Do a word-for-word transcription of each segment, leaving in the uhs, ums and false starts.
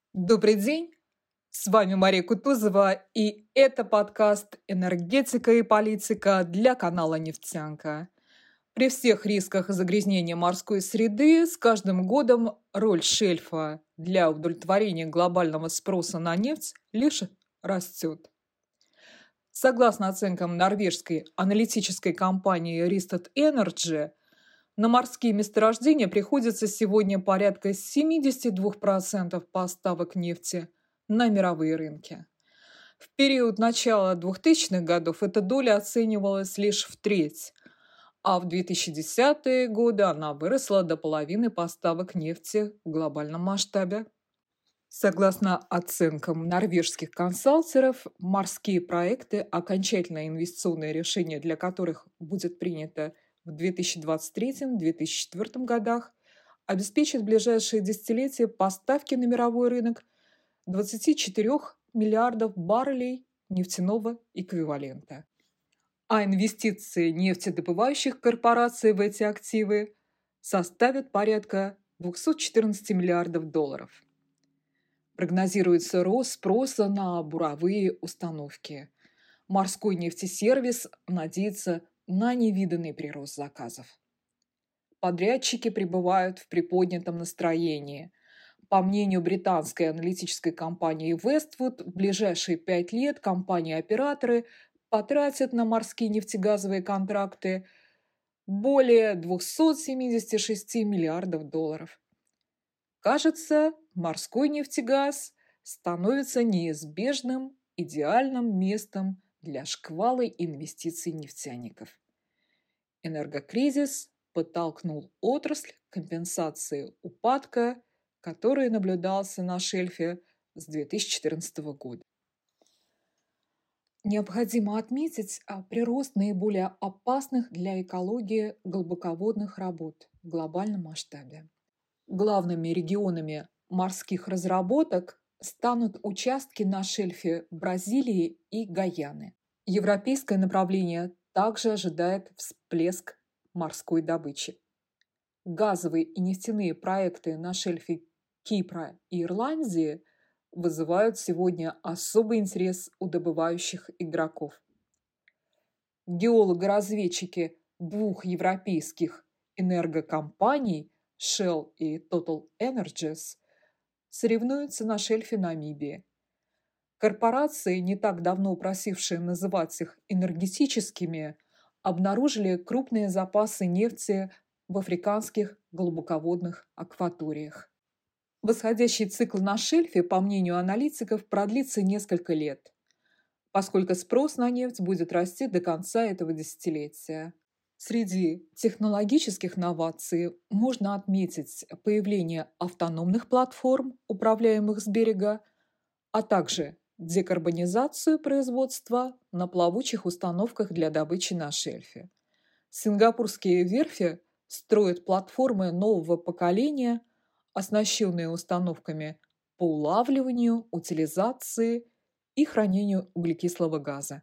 Добрый день, с вами Мария Кутузова, и это подкаст «Энергетика и политика» для канала «Нефтянка». При всех рисках загрязнения морской среды с каждым годом роль шельфа для удовлетворения глобального спроса на нефть лишь растет. Согласно оценкам норвежской аналитической компании Rystad Energy, на морские месторождения приходится сегодня порядка семьдесят два процента поставок нефти на мировые рынки. В период начала двухтысячных годов эта доля оценивалась лишь в треть, а в две тысячи десятые годы она выросла до половины поставок нефти в глобальном масштабе. Согласно оценкам норвежских консалтеров, морские проекты, окончательное инвестиционное решение для которых будет принято в две тысячи двадцать третьем — две тысячи четвёртом годах, обеспечат в ближайшие десятилетия поставки на мировой рынок двадцати четырёх миллиардов баррелей нефтяного эквивалента. А инвестиции нефтедобывающих корпораций в эти активы составят порядка двухсот четырнадцати миллиардов долларов. Прогнозируется рост спроса на буровые установки. Морской нефтесервис надеется на невиданный прирост заказов. Подрядчики пребывают в приподнятом настроении. По мнению британской аналитической компании Westwood, в ближайшие пять лет компании-операторы потратят на морские нефтегазовые контракты более двухсот семидесяти шести миллиардов долларов. Кажется, морской нефтегаз становится неизбежным, идеальным местом для шквала инвестиций нефтяников. Энергокризис подтолкнул отрасль к компенсации упадка, который наблюдался на шельфе с две тысячи четырнадцатого года. Необходимо отметить прирост наиболее опасных для экологии глубоководных работ в глобальном масштабе. Главными регионами морских разработок станут участки на шельфе Бразилии и Гайаны. Европейское направление также ожидает всплеск морской добычи. Газовые и нефтяные проекты на шельфе Кипра и Ирландии вызывают сегодня особый интерес у добывающих игроков. Геологи-разведчики двух европейских энергокомпаний Shell и Total Energies соревнуются на шельфе Намибии. Корпорации, не так давно просившие называть их энергетическими, обнаружили крупные запасы нефти в африканских глубоководных акваториях. Восходящий цикл на шельфе, по мнению аналитиков, продлится несколько лет, поскольку спрос на нефть будет расти до конца этого десятилетия. Среди технологических новаций можно отметить появление автономных платформ, управляемых с берега, а также декарбонизацию производства на плавучих установках для добычи на шельфе. Сингапурские верфи строят платформы нового поколения, оснащенные установками по улавливанию, утилизации и хранению углекислого газа.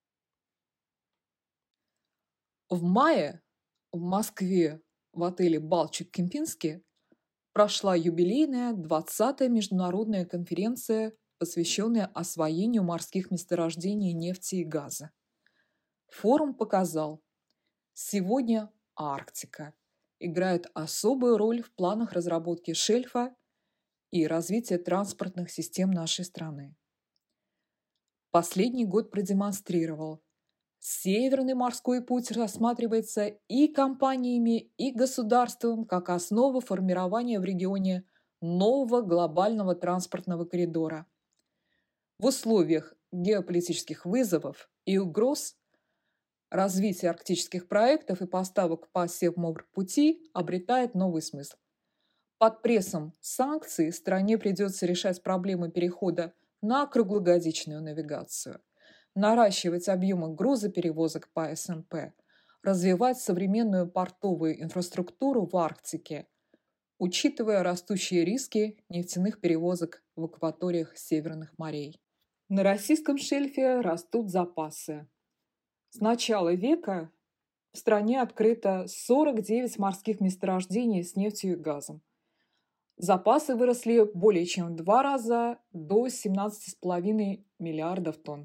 В мае в Москве в отеле «Балчуг-Кемпински» прошла юбилейная двадцатая международная конференция, посвященная освоению морских месторождений нефти и газа. Форум показал, сегодня Арктика играет особую роль в планах разработки шельфа и развития транспортных систем нашей страны. Последний год продемонстрировал, Северный морской путь рассматривается и компаниями, и государством как основа формирования в регионе нового глобального транспортного коридора. В условиях геополитических вызовов и угроз развитие арктических проектов и поставок по Севморпути обретает новый смысл. Под прессом санкций стране придется решать проблемы перехода на круглогодичную навигацию, наращивать объемы грузоперевозок по эс эм пэ, развивать современную портовую инфраструктуру в Арктике, учитывая растущие риски нефтяных перевозок в акваториях северных морей. На российском шельфе растут запасы. С начала века в стране открыто сорок девять морских месторождений с нефтью и газом. Запасы выросли более чем в два раза до семнадцати с половиной миллиардов тонн.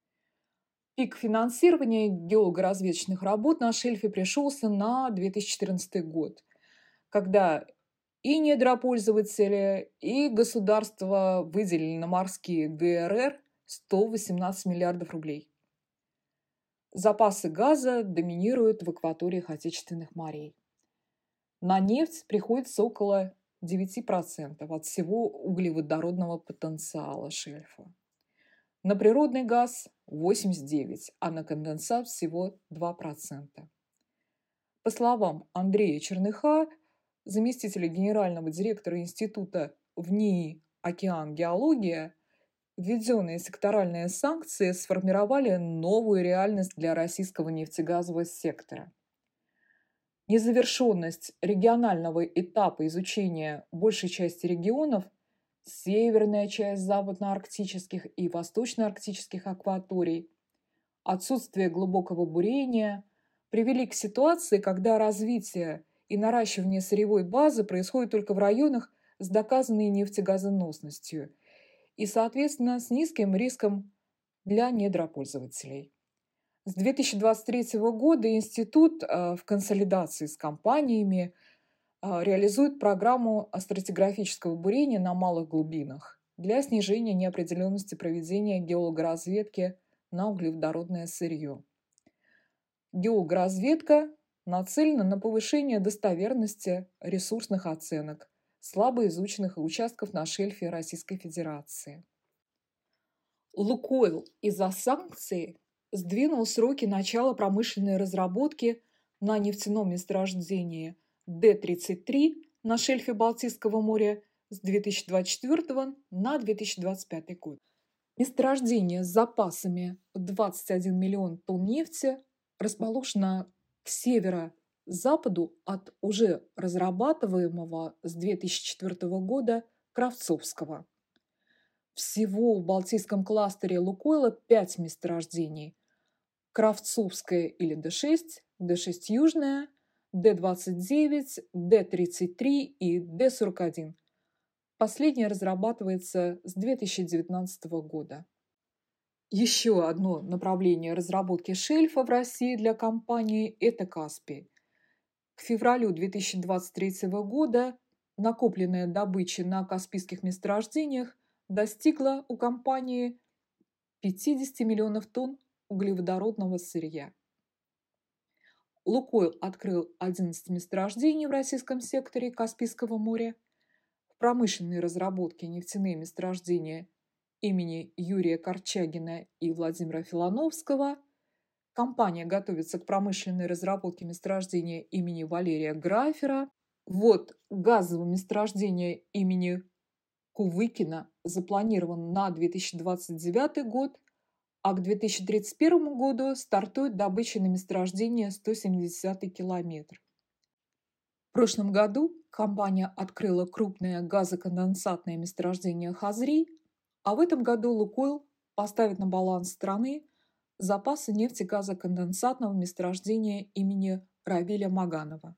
Пик финансирования геологоразведочных работ на шельфе пришелся на две тысячи четырнадцатый год, когда и недропользователи, и государство выделили на морские ГРР сто восемнадцать миллиардов рублей. Запасы газа доминируют в акваториях отечественных морей. На нефть приходится около девяти процентов от всего углеводородного потенциала шельфа. На природный газ восемьдесят девять процентов, а на конденсат всего два процента. По словам Андрея Черныха, заместителя генерального директора Института ВНИИ «Океан Геология», введенные секторальные санкции сформировали новую реальность для российского нефтегазового сектора. Незавершенность регионального этапа изучения большей части регионов, северная часть западноарктических и восточноарктических акваторий, отсутствие глубокого бурения привели к ситуации, когда развитие и наращивание сырьевой базы происходит только в районах с доказанной нефтегазоносностью и, соответственно, с низким риском для недропользователей. С две тысячи двадцать третьего года институт в консолидации с компаниями реализует программу стратиграфического бурения на малых глубинах для снижения неопределенности проведения геологоразведки на углеводородное сырье. Геологоразведка нацелена на повышение достоверности ресурсных оценок слабо изученных участков на шельфе Российской Федерации. «Лукойл» из-за санкций сдвинул сроки начала промышленной разработки на нефтяном месторождении Д тридцать три на шельфе Балтийского моря с две тысячи двадцать четвёртого на две тысячи двадцать пятый год. Месторождение с запасами в двадцать один миллион тонн нефти расположено к северо-западу от уже разрабатываемого с две тысячи четвёртого года Кравцовского. Всего в Балтийском кластере «Лукойла» пять месторождений: Кравцовское или Д шесть, Д шесть Южное, Д двадцать девять, Д тридцать три и Д сорок один. Последнее разрабатывается с две тысячи девятнадцатого года. Еще одно направление разработки шельфа в России для компании – это Каспий. К февралю две тысячи двадцать третьего года накопленная добыча на каспийских месторождениях достигла у компании пятьдесят миллионов тонн углеводородного сырья. «Лукойл» открыл одиннадцать месторождений в российском секторе Каспийского моря. В промышленной разработке нефтяные месторождения имени Юрия Корчагина и Владимира Филановского. Компания готовится к промышленной разработке месторождения имени Валерия Графера. Вот газовое месторождение имени Кувыкина запланирован на две тысячи двадцать девятый год, а к две тысячи тридцать первому году стартует добыча на месторождение сто семидесятый километр. В прошлом году компания открыла крупное газоконденсатное месторождение Хазри, а в этом году «Лукойл» поставит на баланс страны запасы нефтегазоконденсатного месторождения имени Равиля Маганова.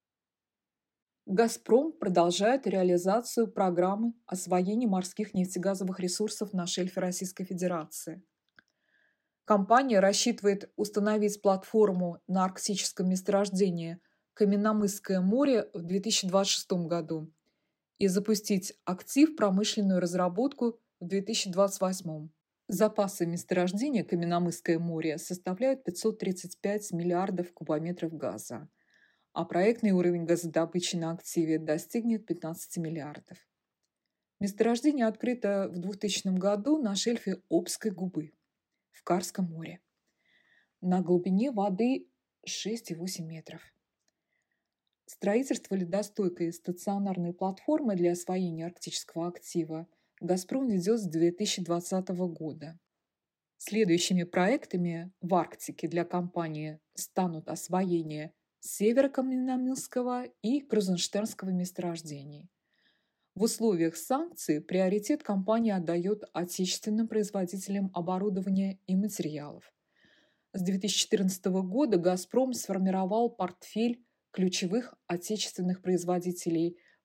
«Газпром» продолжает реализацию программы освоения морских нефтегазовых ресурсов на шельфе Российской Федерации. Компания рассчитывает установить платформу на арктическом месторождении Каменномысское море в две тысячи двадцать шестом году и запустить актив промышленную разработку в две тысячи двадцать восьмом. Запасы месторождения Каменномысское море составляют пятьсот тридцать пять миллиардов кубометров газа, а проектный уровень газодобычи на активе достигнет пятнадцати миллиардов. Месторождение открыто в двухтысячном году на шельфе Обской губы в Карском море на глубине воды шесть и восемь метров. Строительство ледостойкой стационарной платформы для освоения арктического актива «Газпром» ведет с две тысячи двадцатого года. Следующими проектами в Арктике для компании станут освоение Северокаменномысского и Крузенштернского месторождений. В условиях санкций приоритет компания отдает отечественным производителям оборудования и материалов. С две тысячи четырнадцатого года «Газпром» сформировал портфель ключевых отечественных производителей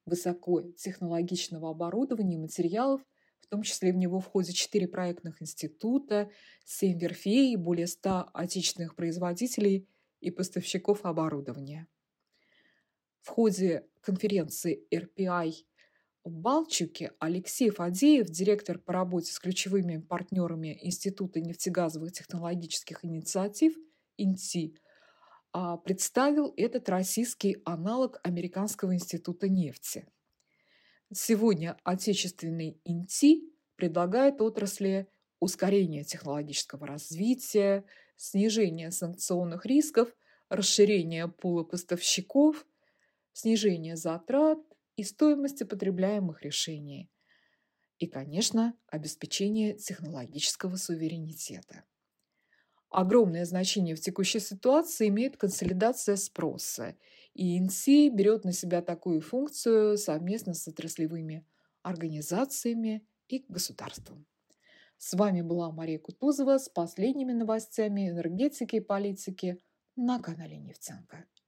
высокотехнологичного оборудования и материалов, в том числе в него входят четыре проектных института, семь верфей, более ста отечественных производителей и поставщиков оборудования. В ходе конференции эр пи ай в Балчуке Алексей Фадеев, директор по работе с ключевыми партнерами Института нефтегазовых технологических инициатив ин ти, представил этот российский аналог Американского института нефти. Сегодня отечественный ин ти предлагает отрасли ускорение технологического развития, снижение санкционных рисков, расширение пула поставщиков, снижение затрат и стоимости потребляемых решений и, конечно, обеспечение технологического суверенитета. Огромное значение в текущей ситуации имеет консолидация спроса, и эн си берет на себя такую функцию совместно с отраслевыми организациями и государством. С вами была Мария Кутузова с последними новостями энергетики и политики на канале Нефтянка.